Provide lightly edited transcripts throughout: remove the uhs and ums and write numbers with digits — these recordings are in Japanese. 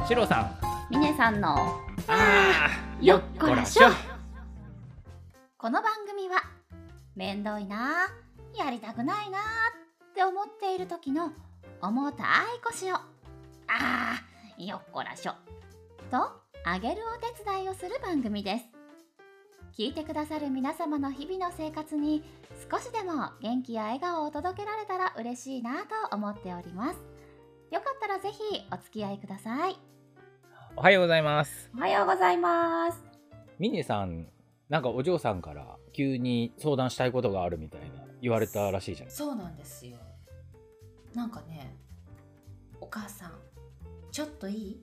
シロさん、 ミネさんのよっこらしょ。 この番組はめんどいな、やりたくないなって思っている時の重たい腰をよっこらしょと上げるお手伝いをする番組です。聞いてくださる皆様の日々の生活に少しでも元気や笑顔を届けられたら嬉しいなと思っております。よかったらぜひお付き合いください。 おはようございます。 おはようございます。 ミネさん、なんかお嬢さんから急に相談したいことがあるみたいな言われたらしいじゃん。 そうなんですよ。なんかね、お母さんちょっといい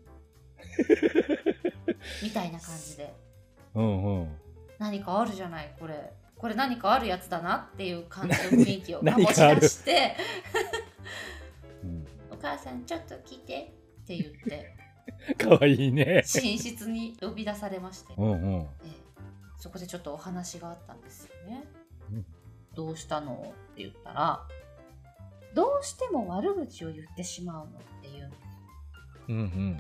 みたいな感じで、何かあるじゃない、これ何かあるやつだなっていう感じの雰囲気を醸し出してお母さんちょっと来てって言ってかわいいね。 寝室に呼び出されまして、そこでちょっとお話があったんですよね。どうしたのって言ったら、どうしても悪口を言ってしまうのって言うんです。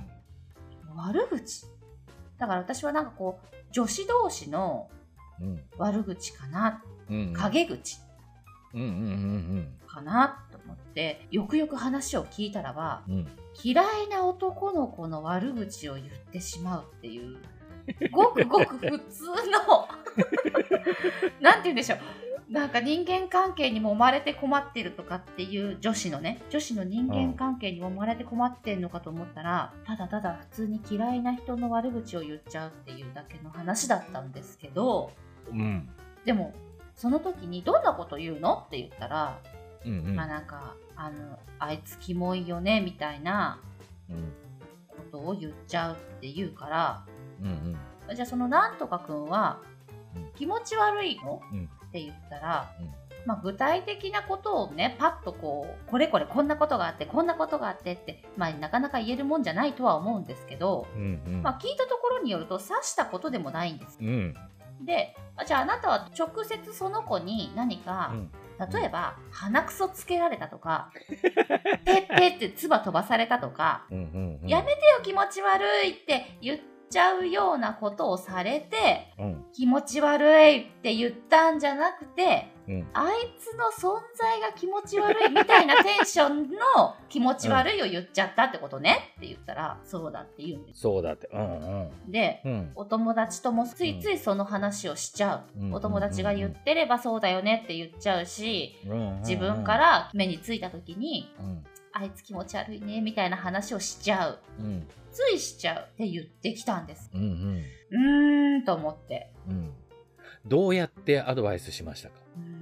悪口だから私はなんかこう女子同士の悪口かな、陰口かなと思ってよくよく話を聞いたらば、嫌いな男の子の悪口を言ってしまうっていうごくごく普通のなんて言うんでしょう、なんか人間関係にも生まれて困ってるとかっていう女子の人間関係にも生まれて困ってんのかと思ったら、ただただ普通に嫌いな人の悪口を言っちゃうっていうだけの話だったんですけど、でもその時にどんなこと言うのって言ったら、なんかあいつキモいよねみたいなことを言っちゃうって言うから、じゃあそのなんとかくんは気持ち悪いの、って言ったら、具体的なことをねパッとこれこれこんなことがあってこんなことがあってって、なかなか言えるもんじゃないとは思うんですけど、聞いたところによると察したことでもないんです。で、じゃああなたは直接その子に何か、例えば鼻くそつけられたとかペッペッって唾飛ばされたとか、やめてよ気持ち悪いって言っちゃうようなことをされて、気持ち悪いって言ったんじゃなくて、あいつの存在が気持ち悪いみたいなテンションの気持ち悪いを言っちゃったってことねって言ったら、そうだって言うんです。 そうだって。 で、お友達ともついついその話をしちゃう。お友達が言ってればそうだよねって言っちゃうし、自分から目についた時に、あいつ気持ち悪いねみたいな話をしちゃう。ついしちゃうって言ってきたんです。と思って。 どうやってアドバイスしましたか？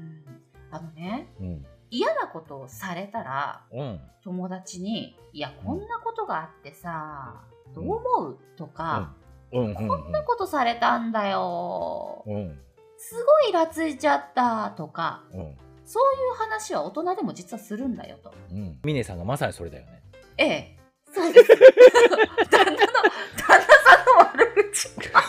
嫌なことをされたら、友達に、いやこんなことがあってさ、どう思うとか、こんなことされたんだよ、すごいイラついちゃったとか、そういう話は大人でも実はするんだよと。 ミネさんがまさにそれだよね。 ええ、そうです。旦那さんの悪口か。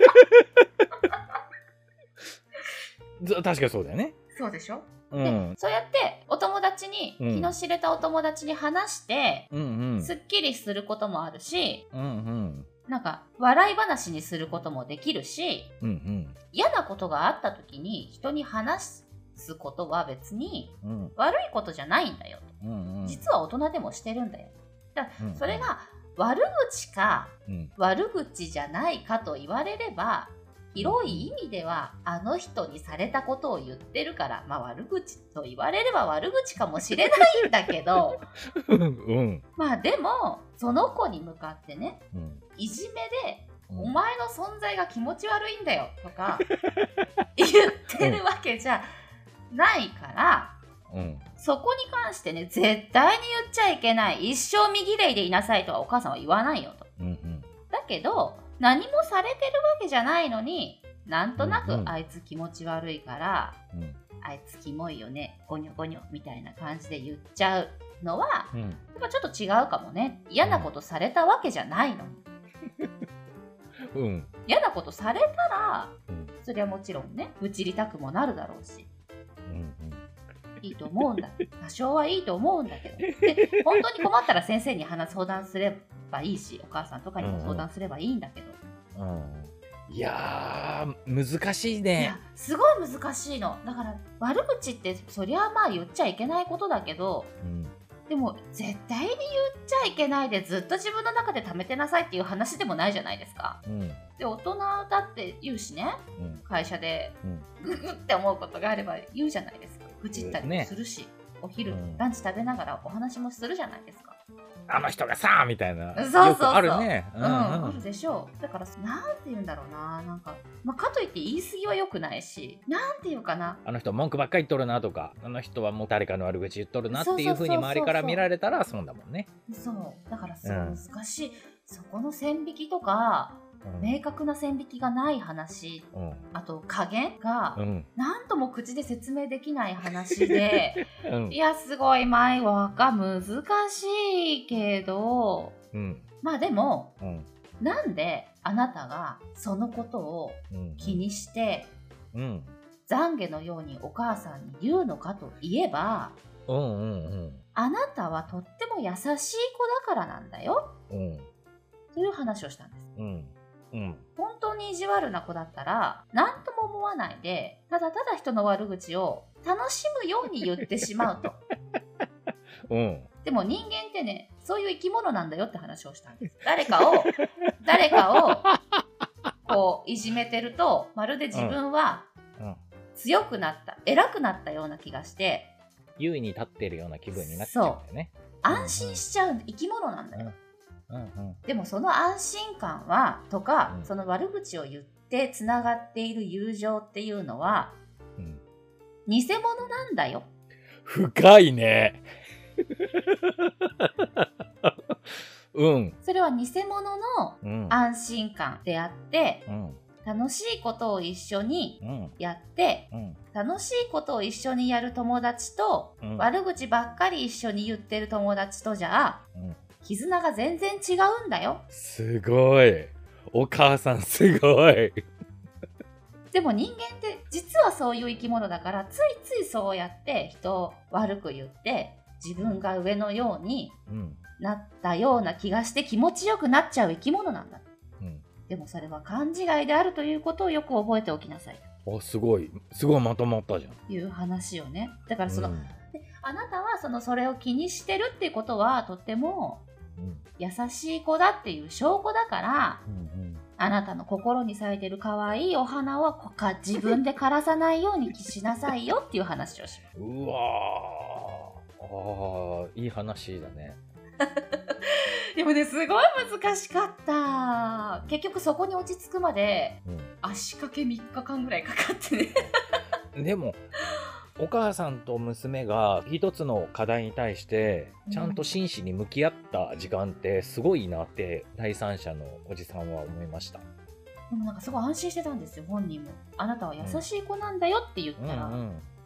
確かにそうだよね。 そうでしょ。でそうやってお友達に、気の知れたお友達に話して、すっきりすることもあるし、なんか笑い話にすることもできるし、嫌なことがあった時に人に話すことは別に悪いことじゃないんだよ、実は大人でもしてるんだよ。だからそれが悪口か、悪口じゃないかと言われれば、広い意味ではあの人にされたことを言ってるから、悪口と言われれば悪口かもしれないんだけどでもその子に向かってね、いじめで、お前の存在が気持ち悪いんだよとか言ってるわけじゃないから、そこに関してね、絶対に言っちゃいけない、一生右霊でいなさいとはお母さんは言わないよと。だけど何もされてるわけじゃないのに、なんとなくあいつ気持ち悪いから、あいつキモいよね、ゴニョゴニョみたいな感じで言っちゃうのは、やっぱちょっと違うかもね。嫌なことされたわけじゃないの。嫌なことされたら、それはもちろんね、愚痴りたくもなるだろうし、いいと思うんだ。多少はいいと思うんだけど。で、本当に困ったら先生に相談すればいいし、お母さんとかにも相談すればいいんだけど、 いやー難しいいね。 やすごい難しいの。だから悪口ってそりゃまあ言っちゃいけないことだけど、でも絶対に言っちゃいけないでずっと自分の中で溜めてなさいっていう話でもないじゃないですか。で大人だって言うしね、会社でググって思うことがあれば言うじゃないですか。愚痴ったりもするし、お昼、ランチ食べながらお話もするじゃないですか。 あの人がさみたいな。 そうそうそう、 あるね。 あるでしょう。だからなんて言うんだろうな、なんか、かといって言い過ぎは良くないし、なんて言うかな、 あの人文句ばっかり言っとるなとか、あの人はもう誰かの悪口言っとるなっていう風に周りから見られたらそうだもんね。 そうだからすごい難しい、そこの線引きとか、明確な線引きがない話、あと加減が、なんとも口で説明できない話で、いやすごい前は難しいけど、まあでも、なんであなたがそのことを気にして、懺悔のようにお母さんに言うのかといえば、あなたはとっても優しい子だからなんだよ、という話をしたんです。本当に意地悪な子だったら何とも思わないで、ただただ人の悪口を楽しむように言ってしまうと。でも人間ってね、そういう生き物なんだよって話をしたんです。誰かをこういじめてると、まるで自分は強くなった、偉くなったような気がして優位に立ってるような気分になっちゃうんだよね。 安心しちゃう生き物なんだよ。でもその安心感はとか、その悪口を言ってつながっている友情っていうのは、偽物なんだよ。 深いね。 それは偽物の安心感であって、楽しいことを一緒にやって、楽しいことを一緒にやる友達と、悪口ばっかり一緒に言ってる友達とじゃ絆が全然違うんだよ。 すごい。お母さんすごい。 でも人間って実はそういう生き物だから、ついついそうやって人を悪く言って自分が上のようになったような気がして気持ちよくなっちゃう生き物なんだ。でもそれは勘違いであるということをよく覚えておきなさい。 すごいまとまったじゃん。 いう話をね。だからであなたはそれを気にしてるっていうことはとっても優しい子だっていう証拠だから、あなたの心に咲いてる可愛いお花を自分で枯らさないようにしなさいよっていう話をします。 うわー、いい話だね。 でもね、すごい難しかった。結局そこに落ち着くまで、足掛け3日間ぐらいかかってね。 でもお母さんと娘が一つの課題に対してちゃんと真摯に向き合った時間ってすごいなって第三者のおじさんは思いました。 でもなんかすごい安心してたんですよ、本人も。あなたは優しい子なんだよって言ったら、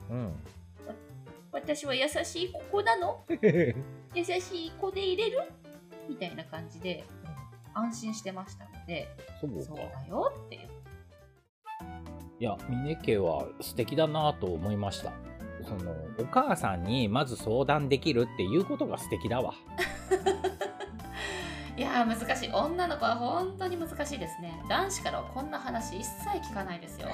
私は優しい子なの優しい子でいれるみたいな感じで安心してましたので、そうだよっていう。 いや、峰家は素敵だなと思いました。お母さんにまず相談できるっていうことが素敵だわ。 いや難しい。女の子は本当に難しいですね。男子からはこんな話一切聞かないですよ。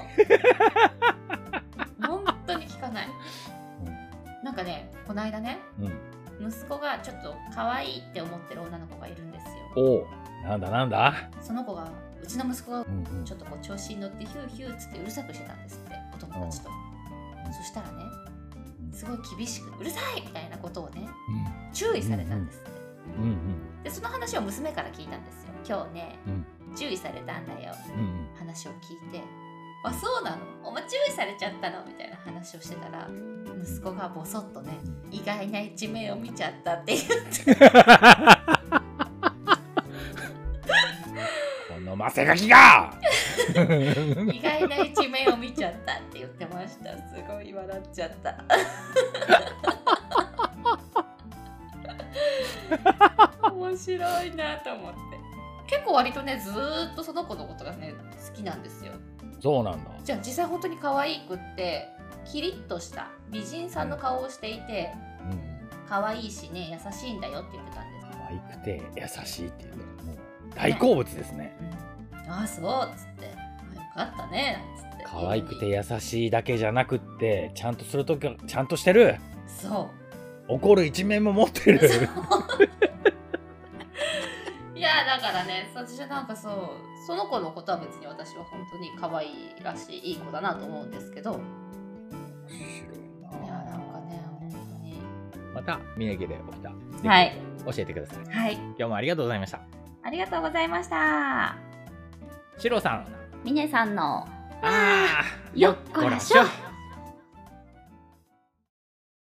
本当に聞かない。なんかね、この間ね、息子がちょっと可愛いって思ってる女の子がいるんですよ。 なんだその子が、うちの息子がちょっと調子に乗ってヒューヒューっつってうるさくしてたんですって、お友達と。そしたらね、すごい厳しくうるさいみたいなことをね、注意されたんですって。でその話を娘から聞いたんですよ。今日ね、注意されたんだよ、話を聞いて、あ、そうなの、お前注意されちゃったのみたいな話をしてたら、息子がボソッとね、意外な一面を見ちゃったって言ってこのマセガキが意外な一面を見ちゃったって言ってました。すごい笑っちゃった面白いなと思って。結構割とね、ずーっとその子のことがね好きなんですよ。 そうなんだ。 じゃあ実際本当に可愛くってキリッとした美人さんの顔をしていて、可愛いしね優しいんだよって言ってたんです。 可愛くて優しいっていうのはもう大好物ですね。 あ、そうっつって、よかったねっつって。 可愛くて優しいだけじゃなくって、ちゃんとするときはちゃんとしてる。 そう。 怒る一面も持ってる。 いやだからね、私はなんかそう、その子のことは別に私は本当に可愛いらしいいい子だなと思うんですけど。 面白いな。 いやなんかね、本当に。 また宮城で起きたはい教えてください。 はい。 今日もありがとうございました。 ありがとうございました。 シロさん。 ミネさんのよっこらしょ。